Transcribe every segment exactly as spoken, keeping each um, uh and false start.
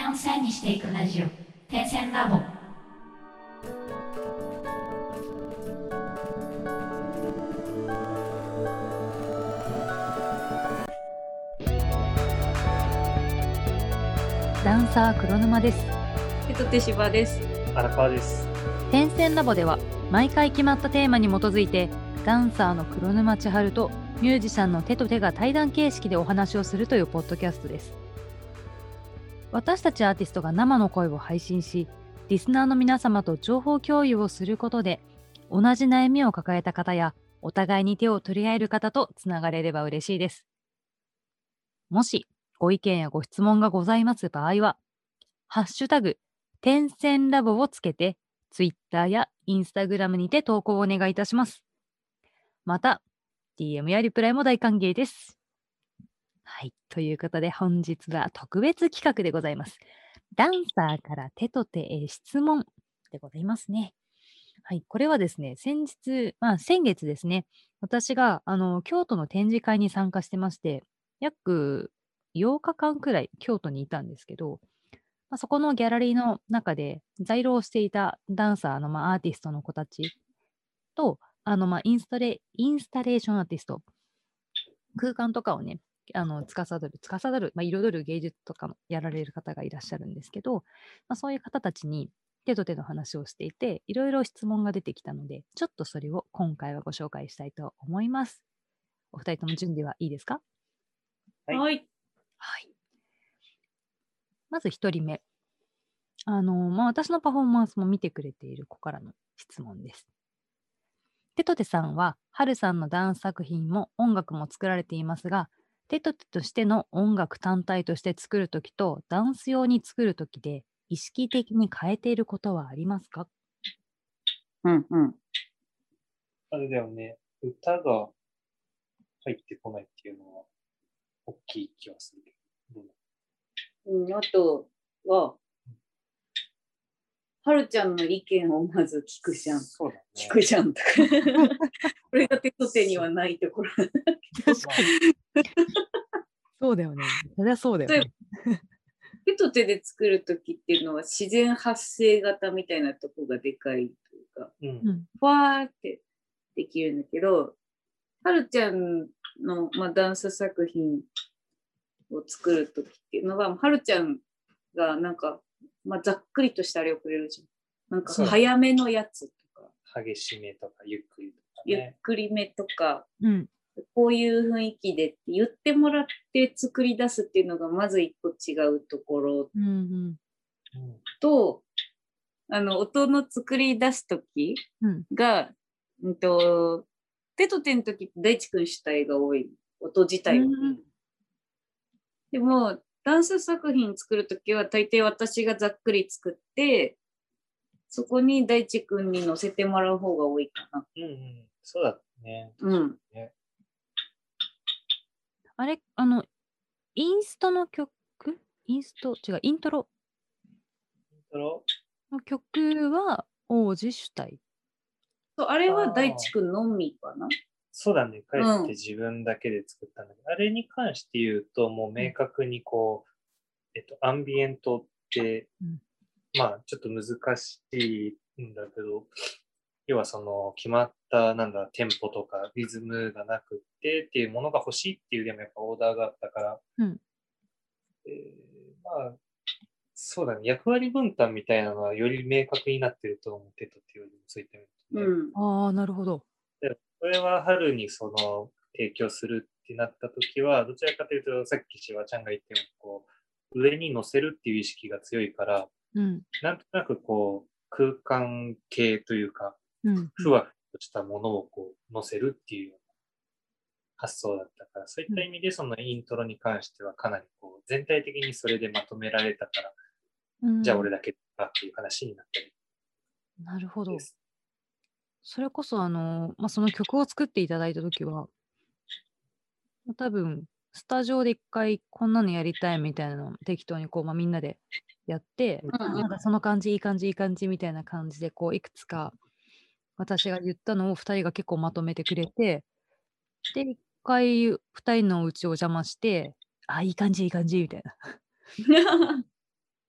線を線にしていくラジオ、点線ラボ。 ダンサー黒沼です。 手と手芝です。 荒川です。 点線ラボでは毎回決まったテーマに基づいてダンサーの黒沼千春とミュージシャンの手と手が対談形式でお話をするというポッドキャストです。私たちアーティストが生の声を配信し、リスナーの皆様と情報共有をすることで同じ悩みを抱えた方やお互いに手を取り合える方とつながれれば嬉しいです。もしご意見やご質問がございます場合は、ハッシュタグ、点線ラボをつけて、ツイッターやインスタグラムにて投稿をお願いいたします。また、ディーエム やリプライも大歓迎です。はい、ということで本日は特別企画でございます。ダンサーから手と手へ質問でございますね。はい、これはですね、先日、まあ先月ですね、私があの京都の展示会に参加してまして、約ようかかんくらい京都にいたんですけど、まあ、そこのギャラリーの中で在廊をしていたダンサーの、まあ、アーティストの子たちと、あの、まあ、インスタレ、インスタレーションアーティスト、空間とかをね、あの、司る、司る、まあ、彩る芸術とかもやられる方がいらっしゃるんですけど、まあ、そういう方たちに手と手の話をしていて、いろいろ質問が出てきたので、ちょっとそれを今回はご紹介したいと思います。お二人とも準備はいいですか？ はい。 はい。 はい。まず一人目。あの、まあ、私のパフォーマンスも見てくれている子からの質問です。テトテさんは、ハルさんのダンス作品も音楽も作られていますが、テトテとしての音楽単体として作るときとダンス用に作るときで意識的に変えていることはありますか？ うんうん。 あれだよね、歌が入ってこないっていうのは大きい気がするけど。 うん、あとは、はるちゃんの意見をまず聞くじゃん。 そうだね。 聞くじゃんとか。これが手と手にはないところ。 確かに。そうだよね。そりゃそうだよね。 手と手で作るときっていうのは自然発生型みたいなとこがでかいというか、 うんうんふわーってできるんだけど、はるちゃんの、まあ、ダンス作品を作るときっていうのは、はるちゃんがなんか、まあ、ざっくりとしたあれをくれるじゃん。なんか早めのやつとか、 激しめとかゆっくりとかゆっね。 くりめとか、 うんこういう雰囲気でって言ってもらって作り出すっていうのがまず一個違うところうんうんうんと、あの音の作り出す時うんが、うんと、手と手の時って大地君主体が多い、音自体は。 うんでもダンス作品作る時は大抵私がざっくり作って、そこに大地君に乗せてもらう方が多いかな。 うんうん。そうだね。 うん。 ねあれ、あの、インストの曲インスト違う、イントロイントロの曲は王子主体。 そう、あれは大地君のみかな。 そうだね。帰うんって自分だけで作ったんだけど、あれに関して言うと、もう明確にこう、えっと、アンビエントって、 うんまあ、ちょっと難しいんだけど、要はその決まったなんだテンポとかリズムがなくってっていうものが欲しいっていうでもやっぱオーダーがあったから、 うんえーまあそうだね、役割分担みたいなのはより明確になってると思ってたっていうよりもそういった意味で、ねうん。 ああ、なるほど。 でこれは春にその提供するってなった時はどちらかというとさっきしわちゃんが言ったようにこう上に乗せるっていう意識が強いからうんなんとなくこう空間系というかうんふわふわとしたものをこう乗せるっていうような発想だったから、そういった意味でそのイントロに関してはかなりこう全体的にそれでまとめられたから、 うんじゃあ俺だけかっていう話になったりなるほどで。す。 それこそあの、まあ、その曲を作っていただいたときは、まあ多分スタジオで一回こんなのやりたいみたいなのを適当にこう、まあ、みんなでやって、 うんうんなんかその感じいい感じいい感じみたいな感じでこういくつか私が言ったのをふたりが結構まとめてくれて、で一回ふたりのうちを邪魔して、あいい感じいい感じみたいな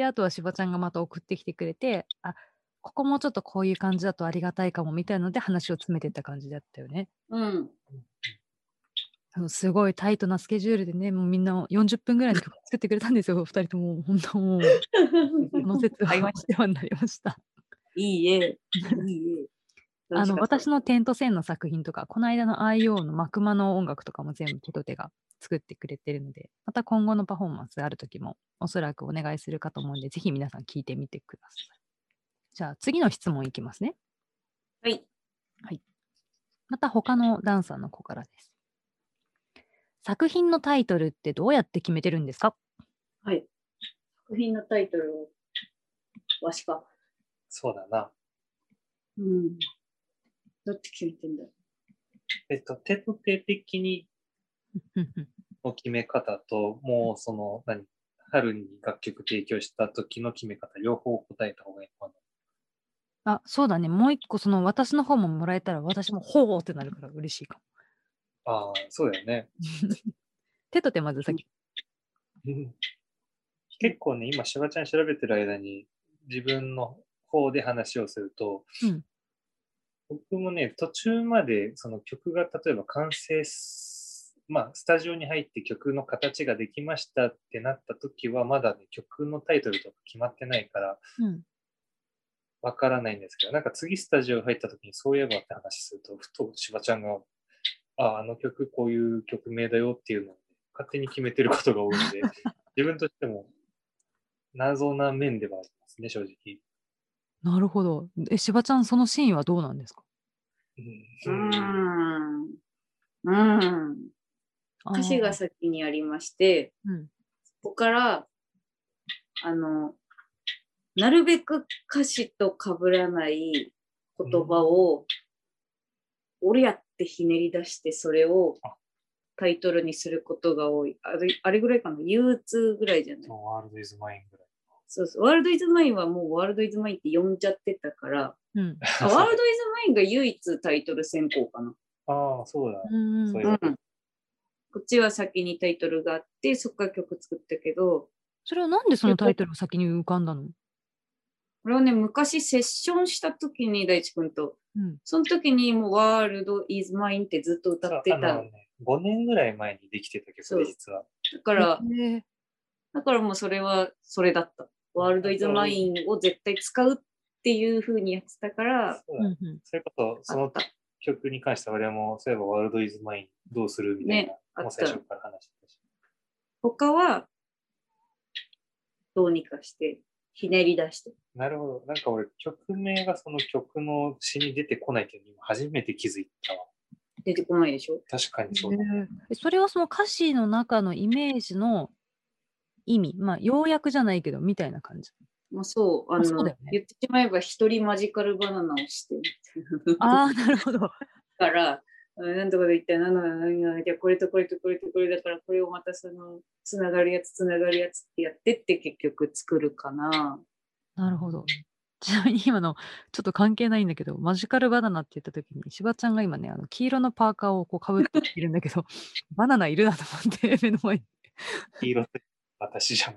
で、あとはしばちゃんがまた送ってきてくれて、あ、ここもちょっとこういう感じだとありがたいかもみたいなので話を詰めてった感じだったよね。 うん。 あのすごいタイトなスケジュールでね、もうみんなよんじゅっぷんぐらいの曲作ってくれたんですよ、ふたりとも。ほんともう、この説はお買いました。 世話になりました。 いいえ。いいえ。楽あの、 しかった。 私の点と線の作品とか、この間の アイオー のマクマの音楽とかも全部テトテが作ってくれてるので、また今後のパフォーマンスがある時もおそらくお願いするかと思うんで、ぜひ皆さん聞いてみてください。じゃあ次の質問いきますね。 はい。 また他のダンサーの子からです。作品のタイトルってどうやって決めてるんですか？ はい。作品のタイトルを、わしか。 そうだな。 うん。どうやって決めてんだろえっと、手と手的にの決め方と、もうその、何、春に楽曲提供した時の決め方、両方答えた方がいいのかな。 あ、そうだね。もう一個、その私の方ももらえたら私もほーってなるから嬉しいかも。 ああ、そうだよね。 手と手まず先。 うん結構ね、今、しばちゃん調べてる間に、自分の方で話をすると、 うん。 僕もね、途中までその曲が例えば完成す、まあ、スタジオに入って曲の形ができましたってなった時は、まだね、曲のタイトルとか決まってないから、 うん。 わからないんですけど、なんか次スタジオ入った時にそういえばって話すると、ふとしばちゃんが、あ、あの曲こういう曲名だよっていうのを、ね、勝手に決めてることが多いので、自分としても謎な面ではありますね、正直。 なるほど。え、しばちゃん、そのシーンはどうなんですか？ う。 ううんーん。うーん。 あ歌詞がー先にありまして、 うん。 そこから、あの、なるべく歌詞と被らない言葉を、俺やってひねり出して、それをタイトルにすることが多い。あれあれぐらいかな ?ユーツー ぐらいじゃない？ そう、ワールドイズマインぐらい。 そうそう。ワールドイズマインはもうワールドイズマインって呼んじゃってたから、 うん。 あワールドイズマインが唯一タイトル選考かな。 ああ、そうだ。 うんそういううん。こっちは先にタイトルがあって、そっから曲作ったけど、 それはなんでそのタイトルが先に浮かんだの？ これはね、昔セッションした時に大地君と、 うん。 その時にもうワールドイズマインってずっと歌ってた。 あのね、ごねんぐらい前にできてた曲で、実は。 だから、 へーだからもうそれはそれだった。ワールドイズマインを絶対使うっていう風にやってたから、 そうだうんうん。 それこそ、そのあった。 曲に関しては俺も、そういえばワールドイズマインどうするみたいな、 ねあったもう最初から話してたし。 他は、どうにかして、ひねり出して。 なるほど。なんか俺、曲名がその曲の詩に出てこないけど、今初めて気づいたわ。 出てこないでしょ？ 確かにそうだ。 へーえそれはその歌詞の中のイメージの意味、まあ、要約じゃないけど、みたいな感じ。 まあそう、あの、 あそうだよね言ってしまえば一人マジカルバナナをしてる。 ああ、なるほど。 から、あなんとかで言ったら、なんだなんだ、じゃあこれとこれとこれとこれだから、これをまたその、つながるやつ、つながるやつってやってって結局作るかな。 なるほど。ちなみに今のちょっと関係ないんだけど、マジカルバナナって言った時に、しばちゃんが今ね、あの黄色のパーカーをこうかぶっているんだけど、バナナいるなと思って目の前に。 黄色って私じゃん。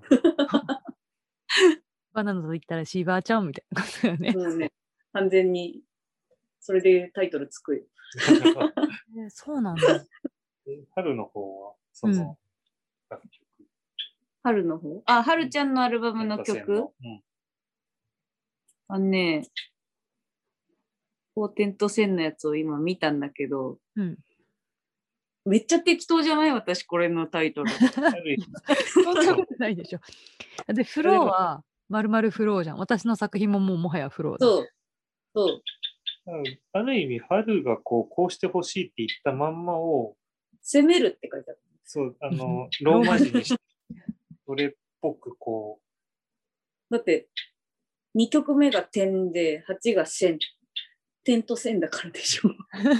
バナナと言ったらシーバーちゃんみたいなことだよね。 もうね、完全に、それでタイトルつくよ。 えそうなんだ。 春の方は、その、楽曲。 春の方あ、春ちゃんのアルバムの曲うん。 あのね、こう点と線のやつを今見たんだけど、 うん。 めっちゃ適当じゃない私、これのタイトル。 春そんなことないでしょ。で、フローは、まるまるフローじゃん。私の作品ももうもはやフローだ。 そう。そう。 ある意味、春がこう、こうしてほしいって言ったまんまを、 攻めるって書いてある。 そう、あの、ローマ字にして、それっぽくこだって、にきょくめが点で、はちが線。点と線だからでしょ。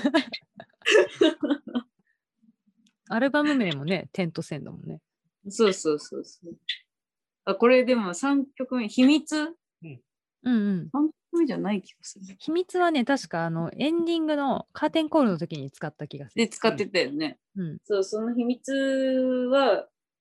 アルバム名もね、点と線だもんね。 そうそうそうそう。あ、これでもさんきょくめ、秘密 ?さんうんうん。 きょくめじゃない気がする。 秘密はね、確かあのエンディングのカーテンコールの時に使った気がする。 で、使ってたよね。 うん。 そう、その秘密は、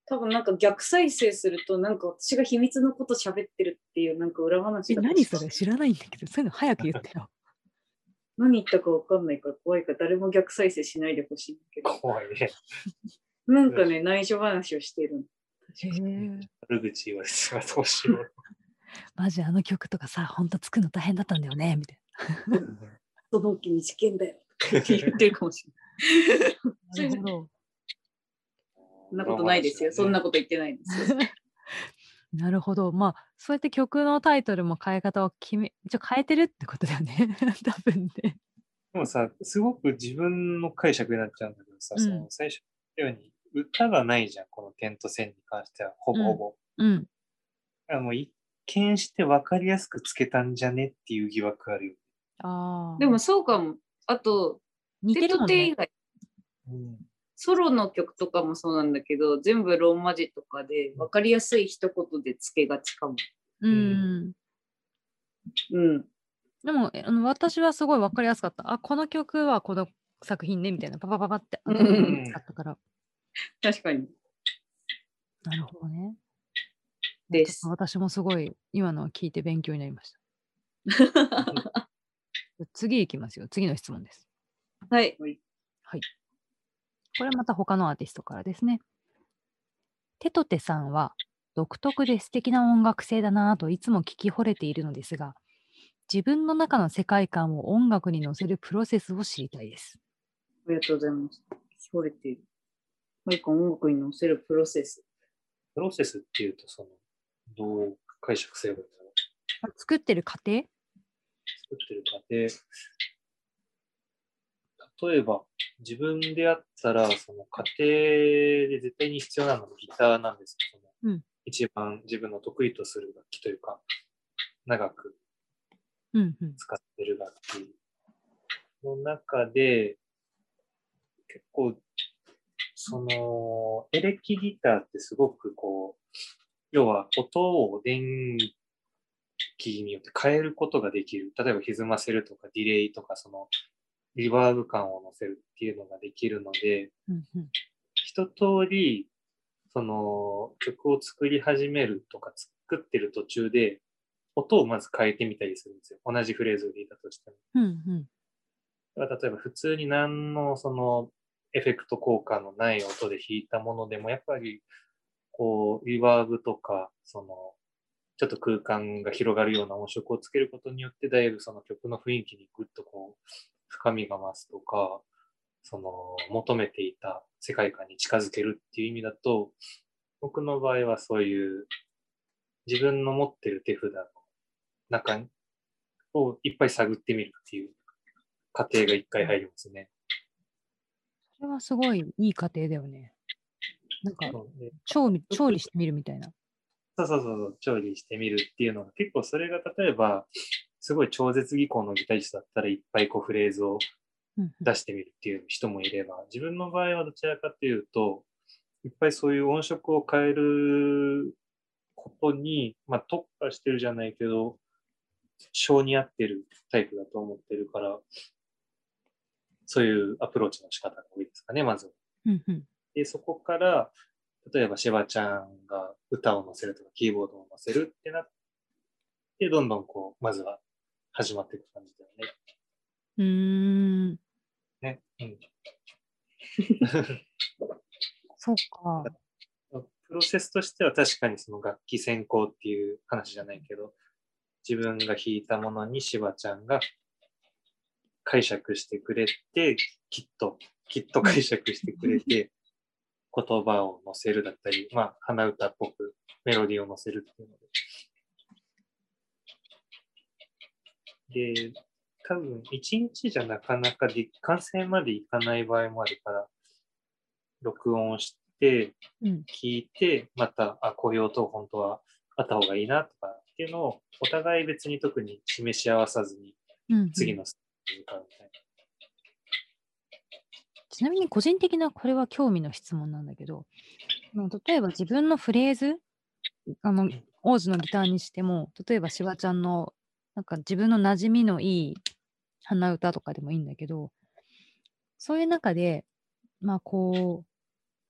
多分なんか逆再生すると、なんか私が秘密のこと喋ってるっていう、なんか裏話え、 だった何それ知らないんだけど、そういうの早く言ってよ。 何言ったかわかんないから怖いから誰も逆再生しないでほしいんだけど。 怖いね。 なんかね、内緒話をしてるの。 へえ。 悪口言われてたらどうしよう。 マジあの曲とかさ、ほんと作るの大変だったんだよね、みたいその気に事件だよって言ってるかもしれない。 な。なるほど。 そんなことないですよ。そんなこと言ってないですよ。 なるほど。まあ、そうやって曲のタイトルも変え方を決め一応変えてるってことだよね。多分ね。 でもさ、すごく自分の解釈になっちゃうんだけどさ、 うんその最初言ったように、歌がないじゃん、この点と線に関しては、ほぼほぼ。 うん。 だからもう一見して分かりやすくつけたんじゃねっていう疑惑あるよ。 ああ。 でもそうかも。あと、 似てるもんね。 テトテ以外、 うん、 ソロの曲とかもそうなんだけど、全部ローマ字とかで分かりやすい一言でつけがちかも。 うん。 うん。 でも、えあの私はすごい分かりやすかった。あ、この曲はこの作品ね、みたいな、パパパパってうん頭に使ったから。 確かに。 なるほどね。 ですちょっと私もすごい今のを聞いて勉強になりました。次いきますよ。次の質問です。 はい。 はい。これまた他のアーティストからですね。テトテさんは独特で素敵な音楽性だなぁといつも聞き惚れているのですが、自分の中の世界観を音楽に乗せるプロセスを知りたいです。 ありがとうございます。聞こえている。何か音楽に乗せるプロセス。 プロセスっていうと、その、どう解釈すればいいんだろう。 作ってる過程作ってる過程。例えば、自分であったら、その家庭で絶対に必要なのがギターなんですけど、そのうん一番自分の得意とする楽器というか、長くうんうん。 使ってる楽器の中で、結構、その、エレキギターってすごくこう、要は音を電気によって変えることができる。例えば歪ませるとか、ディレイとか、その、リバーブ感を乗せるっていうのができるので、 うんうん一通り、その曲を作り始めるとか作ってる途中で、音をまず変えてみたりするんですよ。同じフレーズを弾いたとしても。 うんうんだから例えば普通に何のそのエフェクト効果のない音で弾いたものでも、やっぱりこう、リバーブとか、その、ちょっと空間が広がるような音色をつけることによって、だいぶその曲の雰囲気にぐっとこう、深みが増すとか、その、求めていた世界観に近づけるっていう意味だと、僕の場合はそういう自分の持ってる手札の中をいっぱい探ってみるっていう過程が一回入りますね。 それはすごいいい過程だよね。なんかそうで調理調理してみるみたいな。 そうそうそうそう、調理してみるっていうのが結構それが例えば、すごい超絶技巧のギタリストだったらいっぱいこうフレーズをうんうん出してみるっていう人もいれば、自分の場合はどちらかというと、いっぱいそういう音色を変えることに、まあ、特化してるじゃないけど、性に合ってるタイプだと思ってるから、そういうアプローチの仕方が多いですかね、まず。 うんうんで、そこから、例えばしばちゃんが歌を乗せるとか、キーボードを乗せるってなって、どんどんこう、まずは始まっていく感じだよね。 うーん。 ね。うんそっか。 プロセスとしては確かにその楽器専攻っていう話じゃないけど、自分が弾いたものにしばちゃんが解釈してくれて、きっと、きっと解釈してくれて、言葉を乗せるだったり、まあ、鼻歌っぽくメロディーを乗せるっていうので。で、多分一日じゃなかなかで完成までいかない場合もあるから、録音して、 うん聞いて、また、あ、こういう音本当はあった方がいいなとかっていうのを、お互い別に特に示し合わさずに、 うんうん次のステップに向かうみたいな。 ちなみに個人的なこれは興味の質問なんだけど、まあ例えば自分のフレーズ、あの、王子のギターにしても、例えばしばちゃんの、なんか自分の馴染みのいい鼻歌とかでもいいんだけど、そういう中で、まあこう、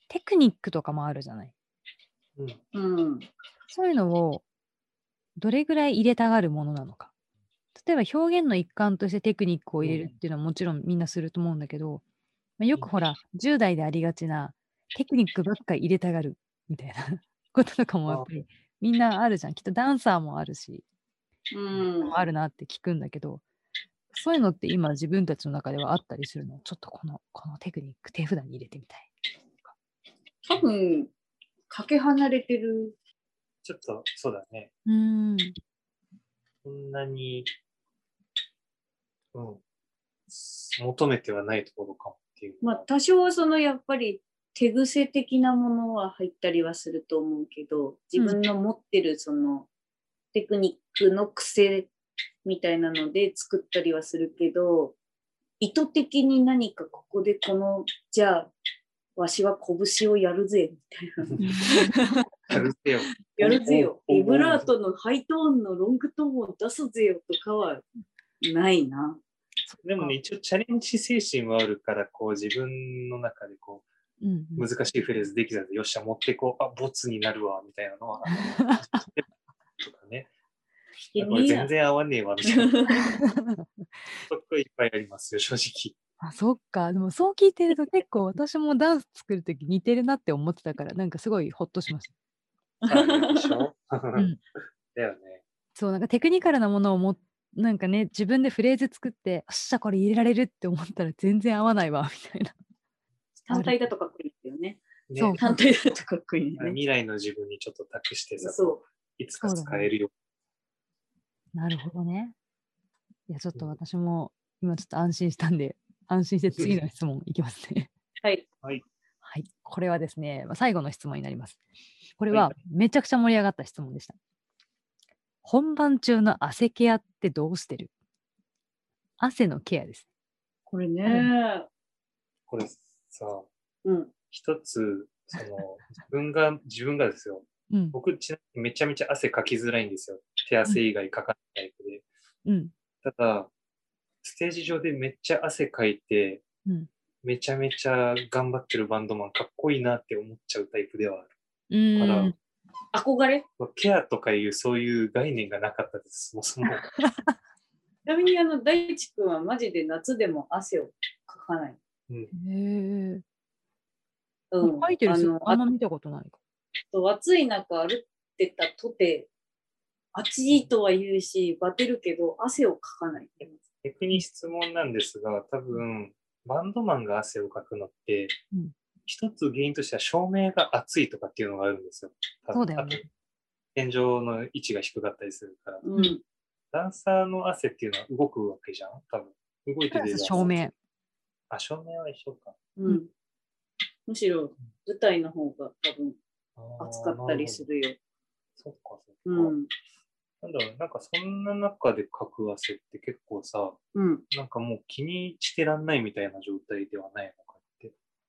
テクニックとかもあるじゃない。 うんうん。 そういうのをどれぐらい入れたがるものなのか。例えば表現の一環としてテクニックを入れるっていうのはもちろんみんなすると思うんだけど、まあ、よくほら、じゅう代でありがちなテクニックばっかり入れたがるみたいなこととかもやっぱりみんなあるじゃん。きっとダンサーもあるし、 うん。 あるなって聞くんだけど、そういうのって今自分たちの中ではあったりするの。ちょっとこの、このテクニック手札に入れてみたい。 多分、かけ離れてる。 ちょっと、そうだね。 うーん。 そんなに、うん、求めてはないところかもっていう。 まあ、多少はそのやっぱり手癖的なものは入ったりはすると思うけど、自分の持ってるそのテクニックの癖みたいなので作ったりはするけど、意図的に何かここでこの、じゃあ、わしは拳をやるぜ、みたいな。 やるぜよ。 やるぜよ。 おおビブラートのハイトーンのロングトーンを出すぜよとかはないな。 でもね、一応チャレンジ精神はあるから、こう自分の中でこうんうんう難しいフレーズできたら、よっしゃ、持ってこう、あ、ボツになるわ、みたいなのは、とかね。これ全然合わねえわ、みたいな。そこいっぱいありますよ、正直。 あ、そっか。でもそう聞いてると結構私もダンス作るとき似てるなって思ってたから、なんかすごいホッとしました。 あ、でしょうん。 だよね。 そう、なんかテクニカルなものをもなんかね、自分でフレーズ作って、よっしゃ、これ入れられるって思ったら全然合わないわ、みたいな。 単体だとかっこいいですよね。 ねそう単体だとかっこいいね。 未来の自分にちょっと託してさ、 そいつか使えるよ。 なるほどね。いや、ちょっと私も今ちょっと安心したんで、安心して次の質問いきますね。 う。はい。 はい。 はい。これはですね、まあ最後の質問になります。これははめちゃくちゃ盛り上がった質問でした。本番中の汗ケアってどうしてる？汗のケアです。 これね。 これさ、 うん。 一つ、その、自分が、自分がですよ。 うん。 僕、ちなみにめちゃめちゃ汗かきづらいんですよ。手汗以外かかないタイプで。 うん。 ただ、ステージ上でめっちゃ汗かいて、 うん。 めちゃめちゃ頑張ってるバンドマンかっこいいなって思っちゃうタイプではある。 うーからん。 憧れケアとかいうそういう概念がなかったです、そもそも。 ちなみにあの大地君はマジで夏でも汗をかかない。 うん、 へえ。 うん。 書いてる人あのあんま見たことないか。 と暑い中歩ってたとて、暑いとは言うし、バテるけど汗をかかない。 逆に質問なんですが、多分、バンドマンが汗をかくのって、 うん一つ原因としては照明が熱いとかっていうのがあるんですよ。多分そうだよね。 あと天井の位置が低かったりするから。 うん。 ダンサーの汗っていうのは動くわけじゃん多分。動いてプラ出る汗ス照明。 あ、照明は一緒か。 うん。むしろ舞台の方が多分あー暑かったりす。るよ。 そっか、そっか。 うん。 なんだろう、なんかそんな中でかく汗って結構さ、 うん。 なんかもう気にしてらんないみたいな状態ではないのかって。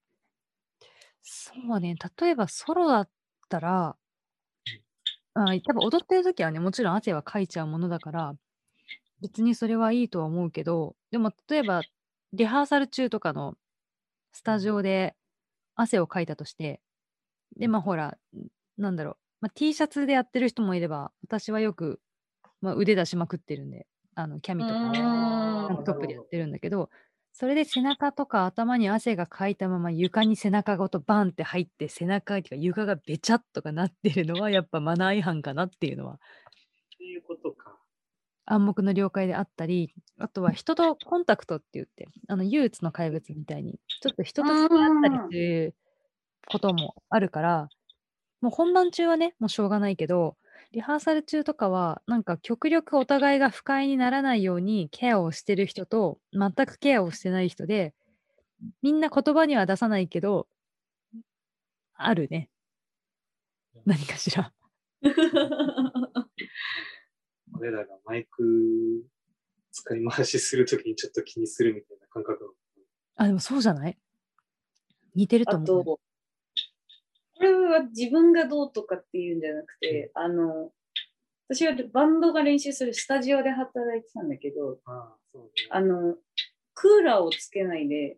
そうね。例えばソロだったら、あ、多分踊ってる時はね、もちろん汗はかいちゃうものだから、別にそれはいいとは思うけど、でも例えばリハーサル中とかのスタジオで汗をかいたとして、で、まあほら、なんだろう、まあ、T シャツでやってる人もいれば、私はよく、まあ、腕出しまくってるんで、あのキャミとかタンクトップでやってるんだけど、それで背中とか頭に汗がかいたまま床に背中ごとバンって入って背中っていうか床がべちゃっとかなってるのはやっぱマナー違反かなっていうのはっていうことか。 暗黙の了解であったり、あとは人とコンタクトって言って、あの憂鬱の怪物みたいに、ちょっと人と触れ合ったりすることもあるから、もう本番中はね、もうしょうがないけど、リハーサル中とかは、なんか極力お互いが不快にならないようにケアをしてる人と、全くケアをしてない人で、みんな言葉には出さないけど、あるね。何かしら。 俺らがマイク使い回しするときにちょっと気にするみたいな感覚なの。 あ、でもそうじゃない似てるとあ思う。 と、これは自分がどうとかっていうんじゃなくて、あの、私はバンドが練習するスタジオで働いてたんだけど、 ああ、そうね。 あの、クーラーをつけないで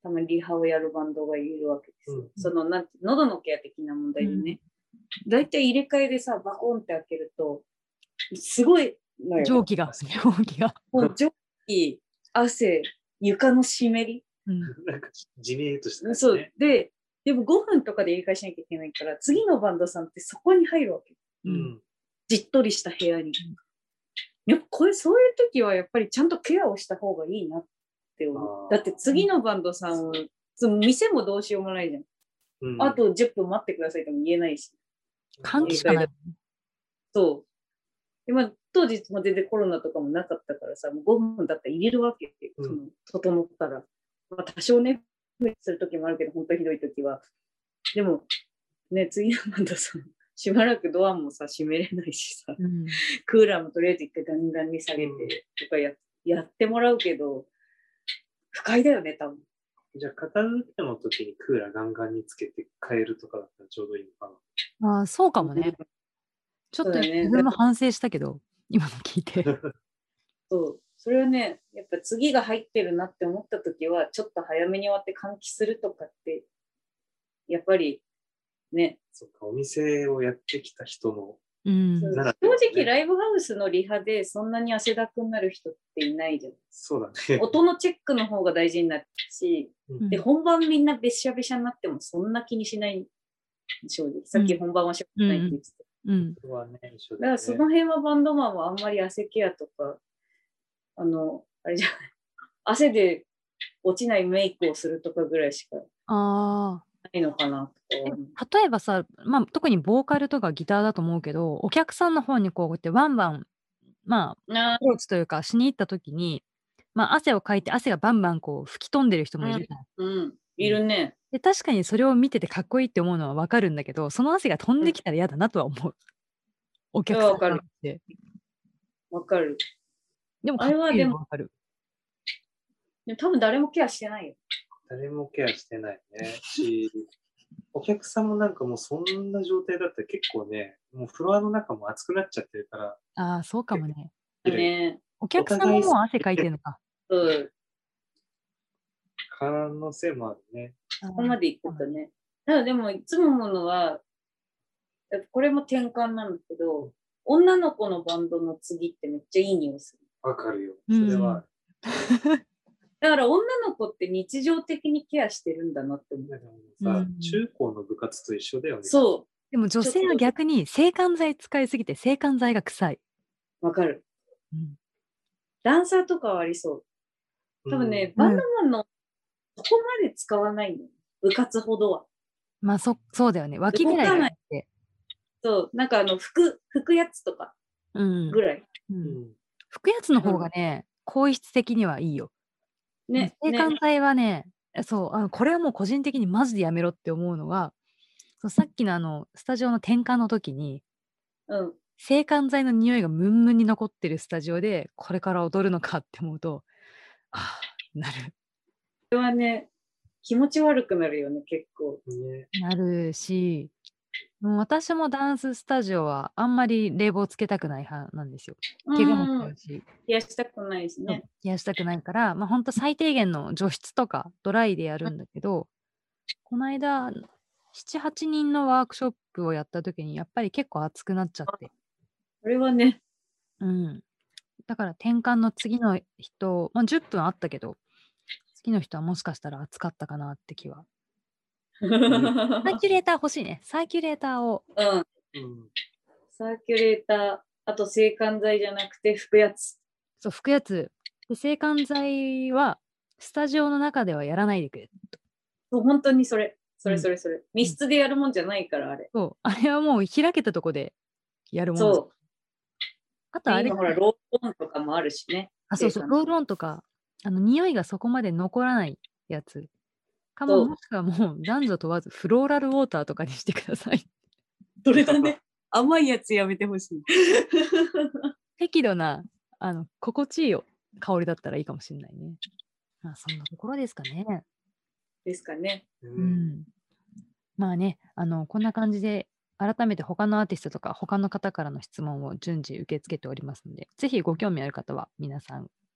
たまにリハをやるバンドがいるわけですよ。 うんそのなんて喉のケア的な問題でね。だいたい入れ替えでさ、バコンって開けると、すごいのよ。 蒸気が、蒸気が。 もう蒸気、汗、床の湿り。 うんなんか、じめーっとした感じそうね。。 で、でもごふんとかで入れ替えしなきゃいけないから、次のバンドさんってそこに入るわけ。 ううんん。 じっとりした部屋に。やっぱこれ、そういう時はやっぱりちゃんとケアをした方がいいなって思う。 あーだって次のバンドさんを、その店もどうしようもないじゃん。 うんあとじゅっぷん待ってくださいとも言えないし。 換気しかない。 そう。でまあ、当時も全然コロナとかもなかったからさ、もうごふんだったら入れるわけで、 うんその整ったら。まあ、多少ね、する時もあるけど、本当ひどい時は。でも、ね、次のバンドさん、しばらくドアもさ、閉めれないしさ、 うんクーラーもとりあえず一回ガンガンに下げてとかや,、やってもらうけど、不快だよね、多分。 じゃあ、片付けの時にクーラーガンガンにつけて変えるとかだったらちょうどいいのかな。 あーそうかもね。ちょっとそうだね自分も反省したけど、今の聞いて。 そう。それはね、やっぱ次が入ってるなって思った時は、ちょっと早めに終わって換気するとかって、やっぱりね、 そっか、お店をやってきた人の、 うんそうなら正直ライブハウスのリハでそんなに汗だくになる人っていないじゃん。 そうだね。 音のチェックの方が大事になるし、 うんで、本番みんなべっしゃべしゃになってもそんな気にしない、正直。さっき本番はしょうがないって言ってた。 うんそれはね、一緒だからその辺はバンドマンはあんまり汗ケアとか、あの、あれじゃない、汗で落ちないメイクをするとかぐらいしかあないのかなとーえ思う。 例えばさ、まあ、特にボーカルとかギターだと思うけど、お客さんの方にこうやってワンバン、まあ、 あアプローチというかしに行った時に、まあ、汗をかいて汗がバンバンこう吹き飛んでる人もいるじゃん。 うん、いるね。 で確かにそれを見ててかっこいいって思うのはわかるんだけど、その汗が飛んできたら嫌だなとは思う。お客さんからして。 わかる。 でもかっこいいあれはでものわかる。 でも多分誰もケアしてないよ。 誰もケアしてないね。し、お客さんもなんかもうそんな状態だったら結構ね、もうフロアの中も暑くなっちゃってるから、 ああ、そうかもね。 ね。 お客さんももう汗かいてるのか。 うん。 可能性もあるね。 そここまで行くとね。ただでもいつも思うのは、これも転換なんだけど、女の子のバンドの次ってめっちゃいい匂いする。 わかるよ。それは。 だから女の子って日常的にケアしてるんだなって思う。 でもさ、 うん中高の部活と一緒だよね。 そでも女性は逆に制汗剤使いすぎて制汗剤が臭い。 う、わかる。 うんダンサーとかはありそう。 うん。 多分ね、バンドマンのそこまで使わないの。部活ほどは。 まあそそうだよね。脇ぐらいがあって。 そう、なんかあの、拭く、拭くやつとかうんぐらい。 ううんん。 拭くやつの方がね、更衣室的にはいいよ。 ね。 制汗ね。 剤はね、そうあのこれはもう個人的にマジでやめろって思うのが、そうさっきのあのスタジオの転換の時に、 うん。 制汗剤の匂いがムンムンに残ってるスタジオでこれから踊るのかって思うと、ああなるそれはね、気持ち悪くなるよね、結構。 ね。 なるし、もう私もダンススタジオはあんまり冷房つけたくない派なんですよ。怪我もしちゃうし、 冷やしたくないしね。 冷やしたくないから、まあほんと最低限の除湿とかドライでやるんだけど、この間、なな、はちにんのワークショップをやった時にやっぱり結構暑くなっちゃって。 それはね、 うん。だから転換の次の人、まあ、じゅっぷんあったけど、次の人はもしかしたら暑かったかなって気は。サーキュレーター欲しいね。サーキュレーターを。 うん。 うん。 サーキュレーター、あと制汗剤じゃなくて拭くやつ。 そう、拭くやつ。で、制汗剤はスタジオの中ではやらないでくれ。 そう、本当にそれ。それうんそれそれ。密室でやるもんじゃないから、あれ。 そう、あれはもう開けたとこでやるもん。 そう。 あとあれ今ほら、ロールオンとかもあるしね。 あ、そうそう、 制汗ロールオンとか、あの、匂いがそこまで残らないやつ。かも、 そうもしくはもう男女問わずフローラルウォーターとかにしてください。 それだね。甘いやつやめてほしい。 適度な、あの、心地いい香りだったらいいかもしれないね。まあ、そんなところですかね。 ですかね。 う。 うんん。まあね、あの、こんな感じで、改めて他のアーティストとか他の方からの質問を順次受け付けておりますので、ぜひご興味ある方は皆さん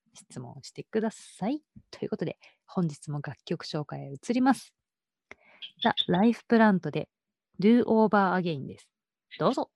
質問してください。ということで、本日も楽曲紹介へ移ります。ザ・ライフプラントで Do Over Again です。どうぞ。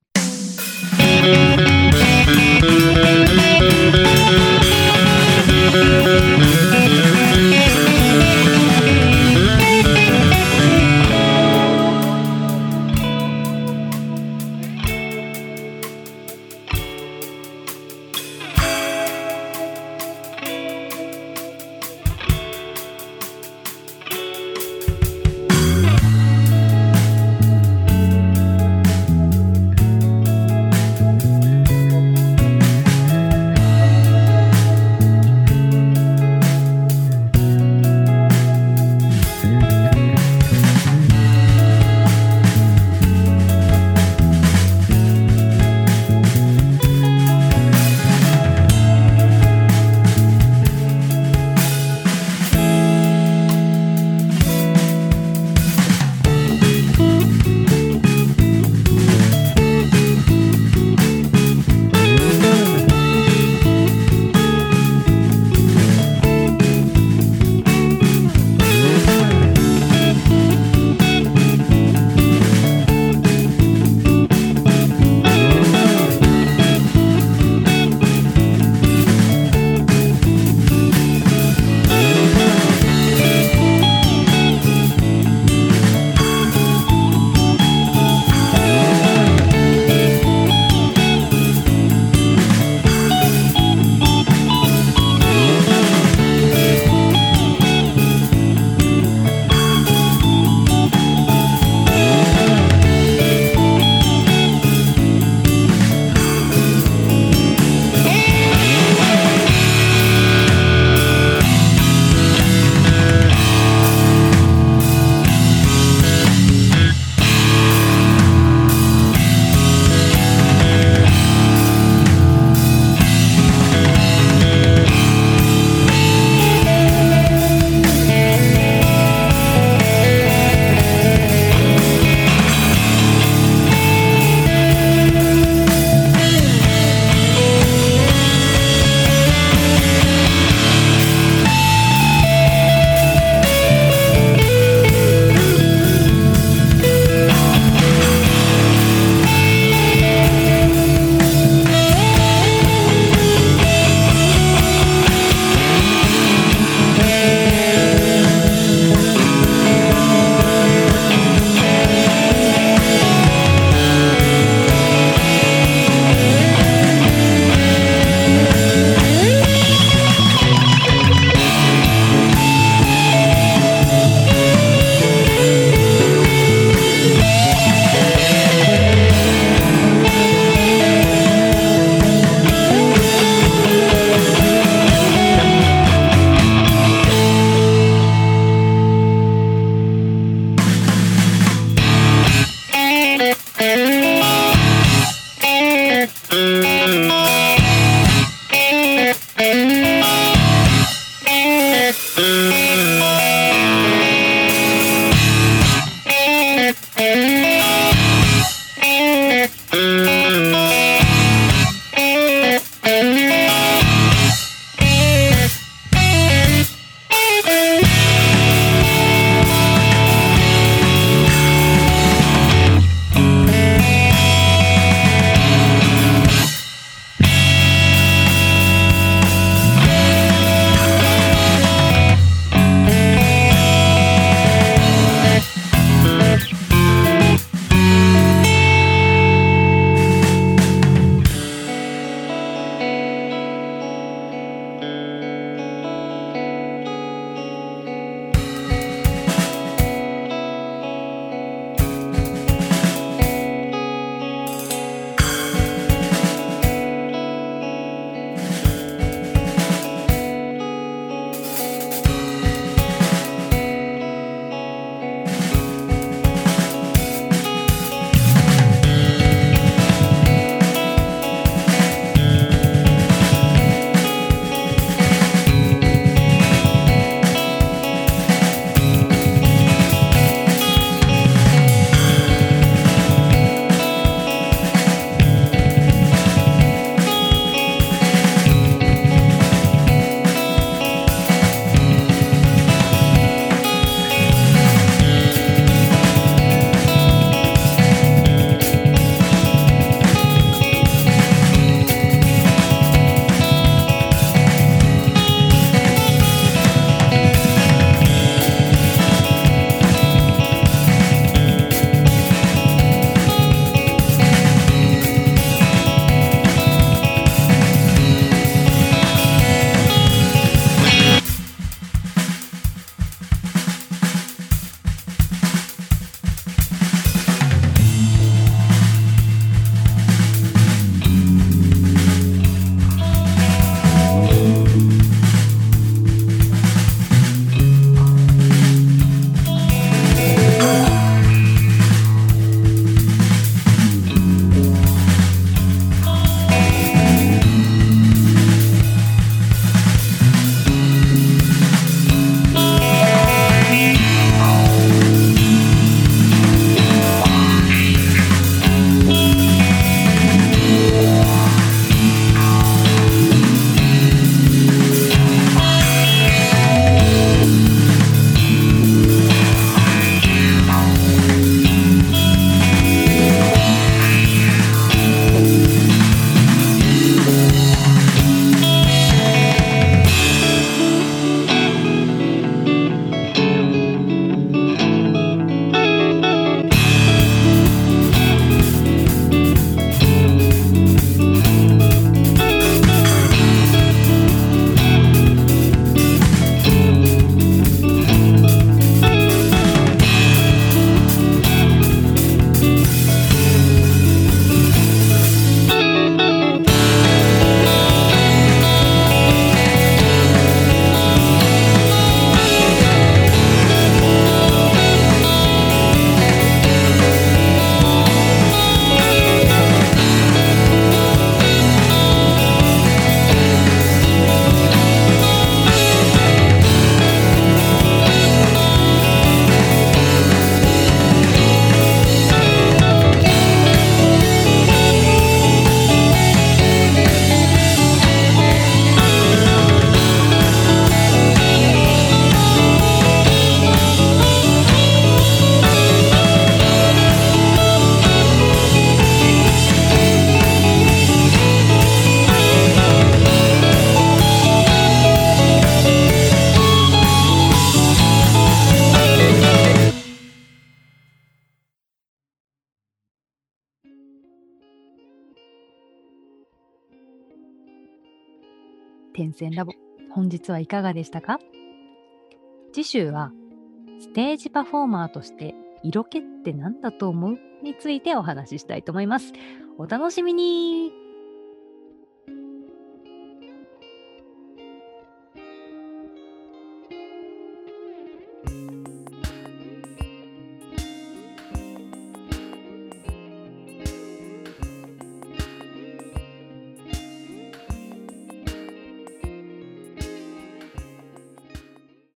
点線ラボ、本日はいかがでしたか？次週はステージパフォーマーとして色気って何だと思うについてお話ししたいと思います。お楽しみに。